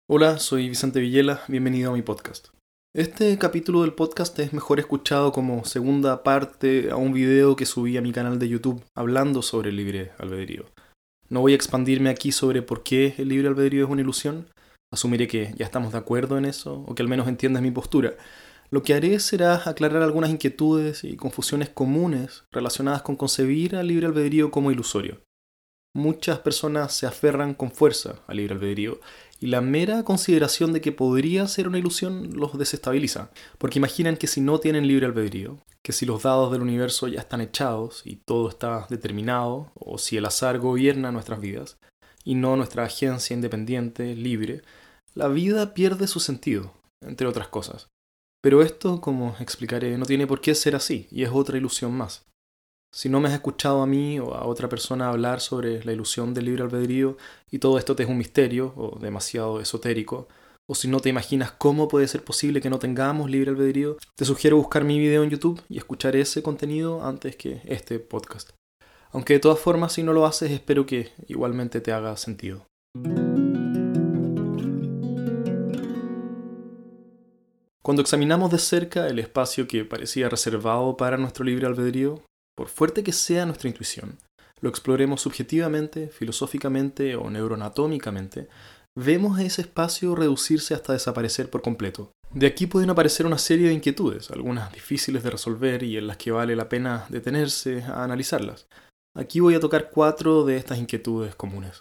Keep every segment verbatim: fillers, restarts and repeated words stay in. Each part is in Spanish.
Hola, soy Vicente Villela, bienvenido a mi podcast. Este capítulo del podcast es mejor escuchado como segunda parte a un video que subí a mi canal de YouTube hablando sobre el libre albedrío. No voy a expandirme aquí sobre por qué el libre albedrío es una ilusión, asumiré que ya estamos de acuerdo en eso, o que al menos entiendas mi postura. Lo que haré será aclarar algunas inquietudes y confusiones comunes relacionadas con concebir al libre albedrío como ilusorio. Muchas personas se aferran con fuerza al libre albedrío y la mera consideración de que podría ser una ilusión los desestabiliza, porque imaginan que si no tienen libre albedrío, que si los dados del universo ya están echados y todo está determinado, o si el azar gobierna nuestras vidas y no nuestra agencia independiente, libre, la vida pierde su sentido, entre otras cosas. Pero esto, como explicaré, no tiene por qué ser así y es otra ilusión más. Si no me has escuchado a mí o a otra persona hablar sobre la ilusión del libre albedrío y todo esto te es un misterio o demasiado esotérico, o si no te imaginas cómo puede ser posible que no tengamos libre albedrío, te sugiero buscar mi video en YouTube y escuchar ese contenido antes que este podcast. Aunque de todas formas, si no lo haces, espero que igualmente te haga sentido. Cuando examinamos de cerca el espacio que parecía reservado para nuestro libre albedrío, por fuerte que sea nuestra intuición, lo exploremos subjetivamente, filosóficamente o neuroanatómicamente, vemos ese espacio reducirse hasta desaparecer por completo. De aquí pueden aparecer una serie de inquietudes, algunas difíciles de resolver y en las que vale la pena detenerse a analizarlas. Aquí voy a tocar cuatro de estas inquietudes comunes.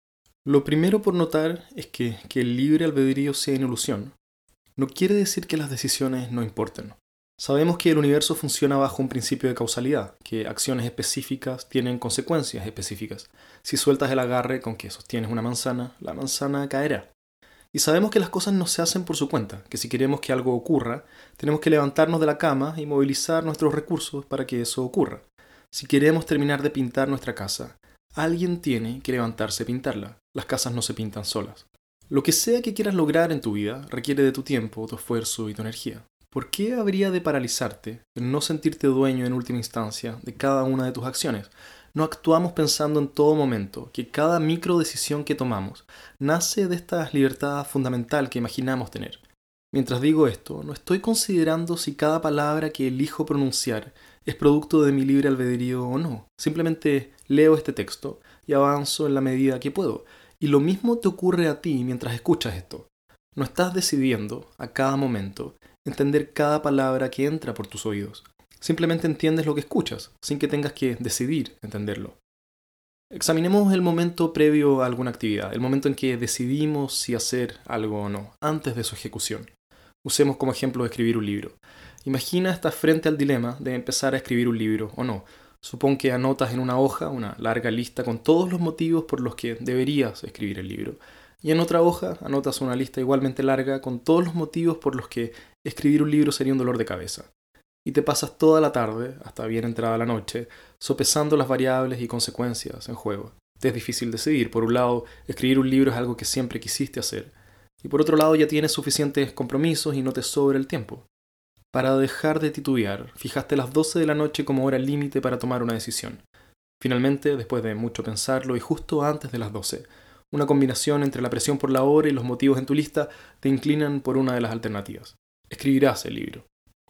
Lo primero por notar es que, que el libre albedrío sea una ilusión no quiere decir que las decisiones no importen. Sabemos que el universo funciona bajo un principio de causalidad, que acciones específicas tienen consecuencias específicas. Si sueltas el agarre con que sostienes una manzana, la manzana caerá. Y sabemos que las cosas no se hacen por su cuenta, que si queremos que algo ocurra, tenemos que levantarnos de la cama y movilizar nuestros recursos para que eso ocurra. Si queremos terminar de pintar nuestra casa, alguien tiene que levantarse a pintarla. Las casas no se pintan solas. Lo que sea que quieras lograr en tu vida requiere de tu tiempo, tu esfuerzo y tu energía. ¿Por qué habría de paralizarte el no sentirte dueño en última instancia de cada una de tus acciones? No actuamos pensando en todo momento que cada micro decisión que tomamos nace de esta libertad fundamental que imaginamos tener. Mientras digo esto, no estoy considerando si cada palabra que elijo pronunciar es producto de mi libre albedrío o no. Simplemente leo este texto y avanzo en la medida que puedo. Y lo mismo te ocurre a ti mientras escuchas esto. No estás decidiendo, a cada momento, entender cada palabra que entra por tus oídos. Simplemente entiendes lo que escuchas, sin que tengas que decidir entenderlo. Examinemos el momento previo a alguna actividad, el momento en que decidimos si hacer algo o no, antes de su ejecución. Usemos como ejemplo escribir un libro. Imagina estás frente al dilema de empezar a escribir un libro o no. Supón que anotas en una hoja una larga lista con todos los motivos por los que deberías escribir el libro. Y en otra hoja anotas una lista igualmente larga con todos los motivos por los que escribir un libro sería un dolor de cabeza. Y te pasas toda la tarde, hasta bien entrada la noche, sopesando las variables y consecuencias en juego. Te es difícil decidir. Por un lado, escribir un libro es algo que siempre quisiste hacer. Y por otro lado, ya tienes suficientes compromisos y no te sobra el tiempo. Para dejar de titubear, fijaste las doce de la noche como hora límite para tomar una decisión. Finalmente, después de mucho pensarlo y justo antes de las doce, una combinación entre la presión por la hora y los motivos en tu lista te inclinan por una de las alternativas. Escribirás el libro.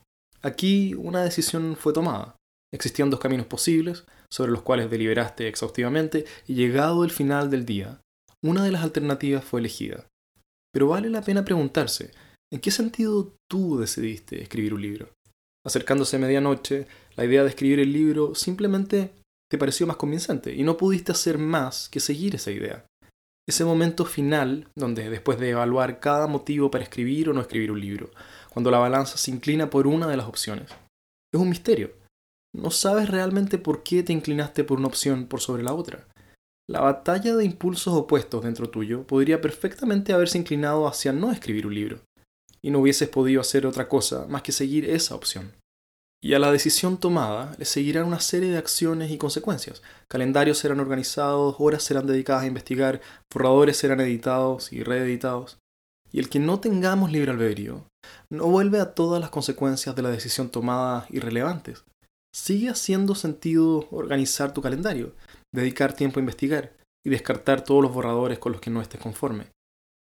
Aquí una decisión fue tomada. Existían dos caminos posibles, sobre los cuales deliberaste exhaustivamente, y llegado el final del día, una de las alternativas fue elegida. Pero vale la pena preguntarse, ¿en qué sentido tú decidiste escribir un libro? Acercándose a medianoche, la idea de escribir el libro simplemente te pareció más convincente y no pudiste hacer más que seguir esa idea. Ese momento final, donde después de evaluar cada motivo para escribir o no escribir un libro, cuando la balanza se inclina por una de las opciones, es un misterio. No sabes realmente por qué te inclinaste por una opción por sobre la otra. La batalla de impulsos opuestos dentro tuyo podría perfectamente haberse inclinado hacia no escribir un libro, y no hubieses podido hacer otra cosa más que seguir esa opción. Y a la decisión tomada le seguirán una serie de acciones y consecuencias. Calendarios serán organizados, horas serán dedicadas a investigar, borradores serán editados y reeditados. Y el que no tengamos libre albedrío no vuelve a todas las consecuencias de la decisión tomada irrelevantes. Sigue haciendo sentido organizar tu calendario, dedicar tiempo a investigar y descartar todos los borradores con los que no estés conforme.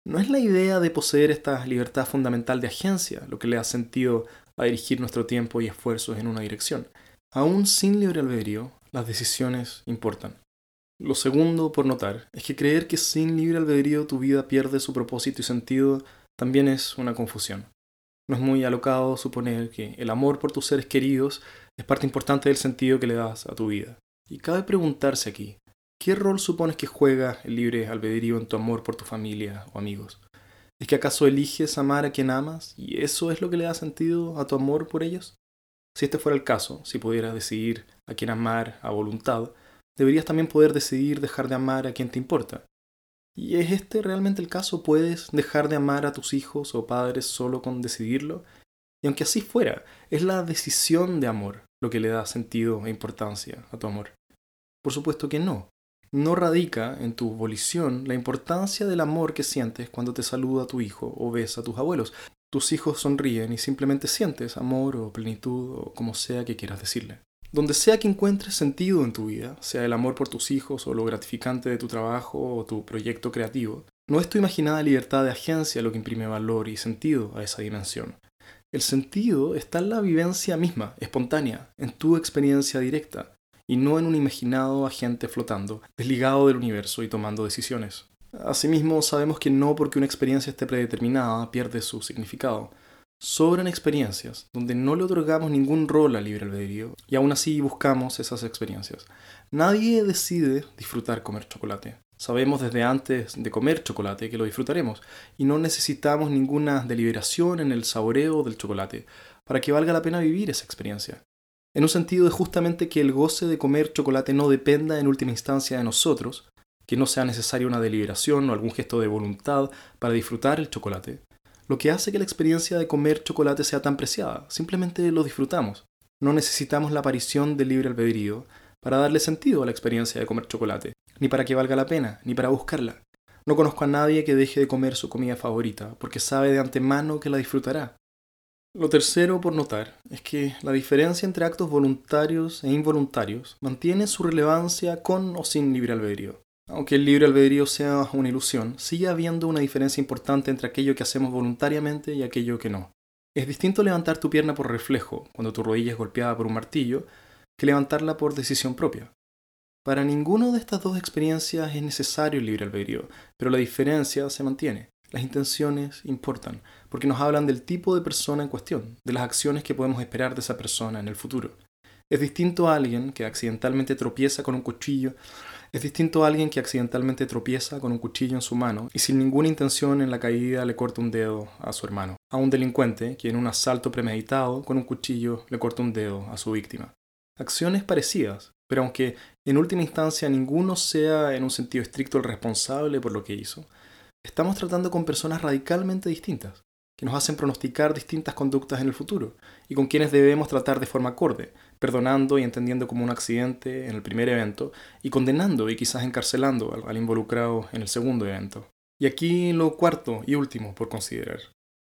No es la idea de poseer esta libertad fundamental de agencia lo que le da sentido a dirigir nuestro tiempo y esfuerzos en una dirección. Aún sin libre albedrío, las decisiones importan. Lo segundo por notar es que creer que sin libre albedrío tu vida pierde su propósito y sentido también es una confusión. No es muy alocado suponer que el amor por tus seres queridos es parte importante del sentido que le das a tu vida. Y cabe preguntarse aquí, ¿qué rol supones que juega el libre albedrío en tu amor por tu familia o amigos? ¿Es que acaso eliges amar a quien amas y eso es lo que le da sentido a tu amor por ellos? Si este fuera el caso, si pudieras decidir a quien amar a voluntad, deberías también poder decidir dejar de amar a quien te importa. ¿Y es este realmente el caso? ¿Puedes dejar de amar a tus hijos o padres solo con decidirlo? Y aunque así fuera, es la decisión de amor lo que le da sentido e importancia a tu amor. Por supuesto que no. No radica en tu volición la importancia del amor que sientes cuando te saluda tu hijo o ves a tus abuelos. Tus hijos sonríen y simplemente sientes amor o plenitud o como sea que quieras decirle. Donde sea que encuentres sentido en tu vida, sea el amor por tus hijos o lo gratificante de tu trabajo o tu proyecto creativo, no es tu imaginada libertad de agencia lo que imprime valor y sentido a esa dimensión. El sentido está en la vivencia misma, espontánea, en tu experiencia directa, y no en un imaginado agente flotando, desligado del universo y tomando decisiones. Asimismo, sabemos que no porque una experiencia esté predeterminada pierde su significado. Sobran experiencias donde no le otorgamos ningún rol al libre albedrío y aún así buscamos esas experiencias. Nadie decide disfrutar comer chocolate. Sabemos desde antes de comer chocolate que lo disfrutaremos y no necesitamos ninguna deliberación en el saboreo del chocolate para que valga la pena vivir esa experiencia. En un sentido de justamente que el goce de comer chocolate no dependa en última instancia de nosotros, que no sea necesaria una deliberación o algún gesto de voluntad para disfrutar el chocolate. Lo que hace que la experiencia de comer chocolate sea tan preciada, simplemente lo disfrutamos. No necesitamos la aparición del libre albedrío para darle sentido a la experiencia de comer chocolate, ni para que valga la pena, ni para buscarla. No conozco a nadie que deje de comer su comida favorita, porque sabe de antemano que la disfrutará. Lo tercero por notar es que la diferencia entre actos voluntarios e involuntarios mantiene su relevancia con o sin libre albedrío. Aunque el libre albedrío sea una ilusión, sigue habiendo una diferencia importante entre aquello que hacemos voluntariamente y aquello que no. Es distinto levantar tu pierna por reflejo, cuando tu rodilla es golpeada por un martillo, que levantarla por decisión propia. Para ninguna de estas dos experiencias es necesario el libre albedrío, pero la diferencia se mantiene. Las intenciones importan, porque nos hablan del tipo de persona en cuestión, de las acciones que podemos esperar de esa persona en el futuro. Es distinto a alguien que accidentalmente tropieza con un cuchillo Es distinto a alguien que accidentalmente tropieza con un cuchillo en su mano y sin ninguna intención en la caída le corta un dedo a su hermano. A un delincuente que en un asalto premeditado con un cuchillo le corta un dedo a su víctima. Acciones parecidas, pero aunque en última instancia ninguno sea en un sentido estricto el responsable por lo que hizo, estamos tratando con personas radicalmente distintas, que nos hacen pronosticar distintas conductas en el futuro y con quienes debemos tratar de forma acorde, perdonando y entendiendo como un accidente en el primer evento y condenando y quizás encarcelando al, al involucrado en el segundo evento. Y aquí lo cuarto y último por considerar.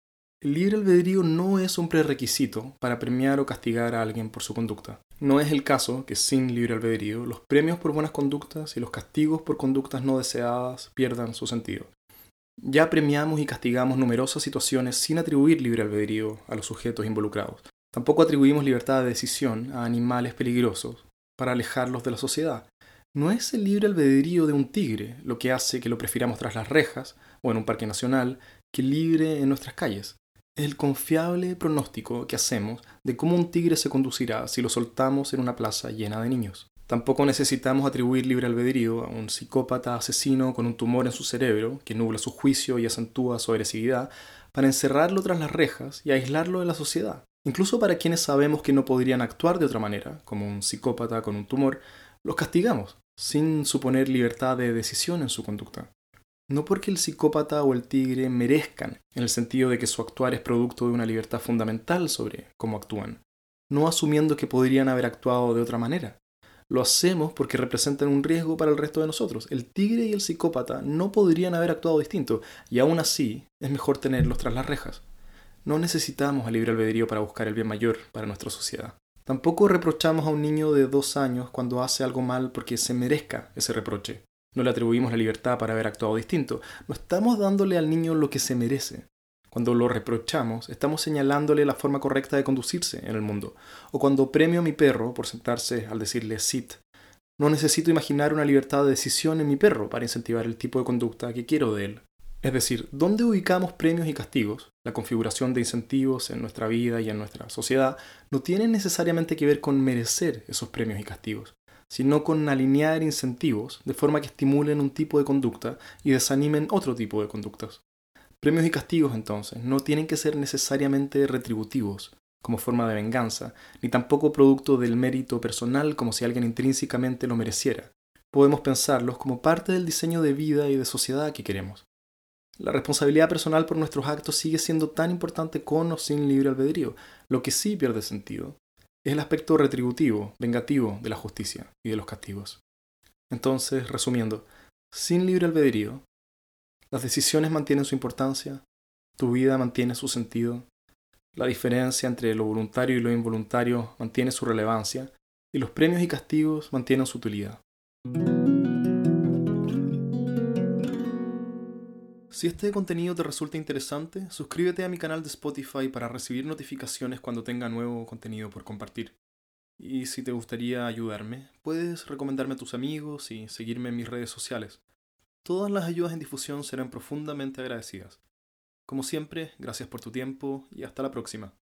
El libre albedrío no es un prerequisito para premiar o castigar a alguien por su conducta. No es el caso que sin libre albedrío los premios por buenas conductas y los castigos por conductas no deseadas pierdan su sentido. Ya premiamos y castigamos numerosas situaciones sin atribuir libre albedrío a los sujetos involucrados. Tampoco atribuimos libertad de decisión a animales peligrosos para alejarlos de la sociedad. No es el libre albedrío de un tigre lo que hace que lo prefiramos tras las rejas o en un parque nacional que libre en nuestras calles. Es el confiable pronóstico que hacemos de cómo un tigre se conducirá si lo soltamos en una plaza llena de niños. Tampoco necesitamos atribuir libre albedrío a un psicópata asesino con un tumor en su cerebro que nubla su juicio y acentúa su agresividad para encerrarlo tras las rejas y aislarlo de la sociedad. Incluso para quienes sabemos que no podrían actuar de otra manera, como un psicópata con un tumor, los castigamos, sin suponer libertad de decisión en su conducta. No porque el psicópata o el tigre merezcan, en el sentido de que su actuar es producto de una libertad fundamental sobre cómo actúan, no asumiendo que podrían haber actuado de otra manera. Lo hacemos porque representan un riesgo para el resto de nosotros. El tigre y el psicópata no podrían haber actuado distinto, y aún así es mejor tenerlos tras las rejas. No necesitamos el libre albedrío para buscar el bien mayor para nuestra sociedad. Tampoco reprochamos a un niño de dos años cuando hace algo mal porque se merezca ese reproche. No le atribuimos la libertad para haber actuado distinto. No estamos dándole al niño lo que se merece. Cuando lo reprochamos, estamos señalándole la forma correcta de conducirse en el mundo. O cuando premio a mi perro por sentarse al decirle sit. No necesito imaginar una libertad de decisión en mi perro para incentivar el tipo de conducta que quiero de él. Es decir, ¿dónde ubicamos premios y castigos? La configuración de incentivos en nuestra vida y en nuestra sociedad no tiene necesariamente que ver con merecer esos premios y castigos, sino con alinear incentivos de forma que estimulen un tipo de conducta y desanimen otro tipo de conductas. Premios y castigos, entonces, no tienen que ser necesariamente retributivos, como forma de venganza, ni tampoco producto del mérito personal como si alguien intrínsecamente lo mereciera. Podemos pensarlos como parte del diseño de vida y de sociedad que queremos. La responsabilidad personal por nuestros actos sigue siendo tan importante con o sin libre albedrío. Lo que sí pierde sentido es el aspecto retributivo, vengativo de la justicia y de los castigos. Entonces, resumiendo, sin libre albedrío, las decisiones mantienen su importancia, tu vida mantiene su sentido, la diferencia entre lo voluntario y lo involuntario mantiene su relevancia, y los premios y castigos mantienen su utilidad. Si este contenido te resulta interesante, suscríbete a mi canal de Spotify para recibir notificaciones cuando tenga nuevo contenido por compartir. Y si te gustaría ayudarme, puedes recomendarme a tus amigos y seguirme en mis redes sociales. Todas las ayudas en difusión serán profundamente agradecidas. Como siempre, gracias por tu tiempo y hasta la próxima.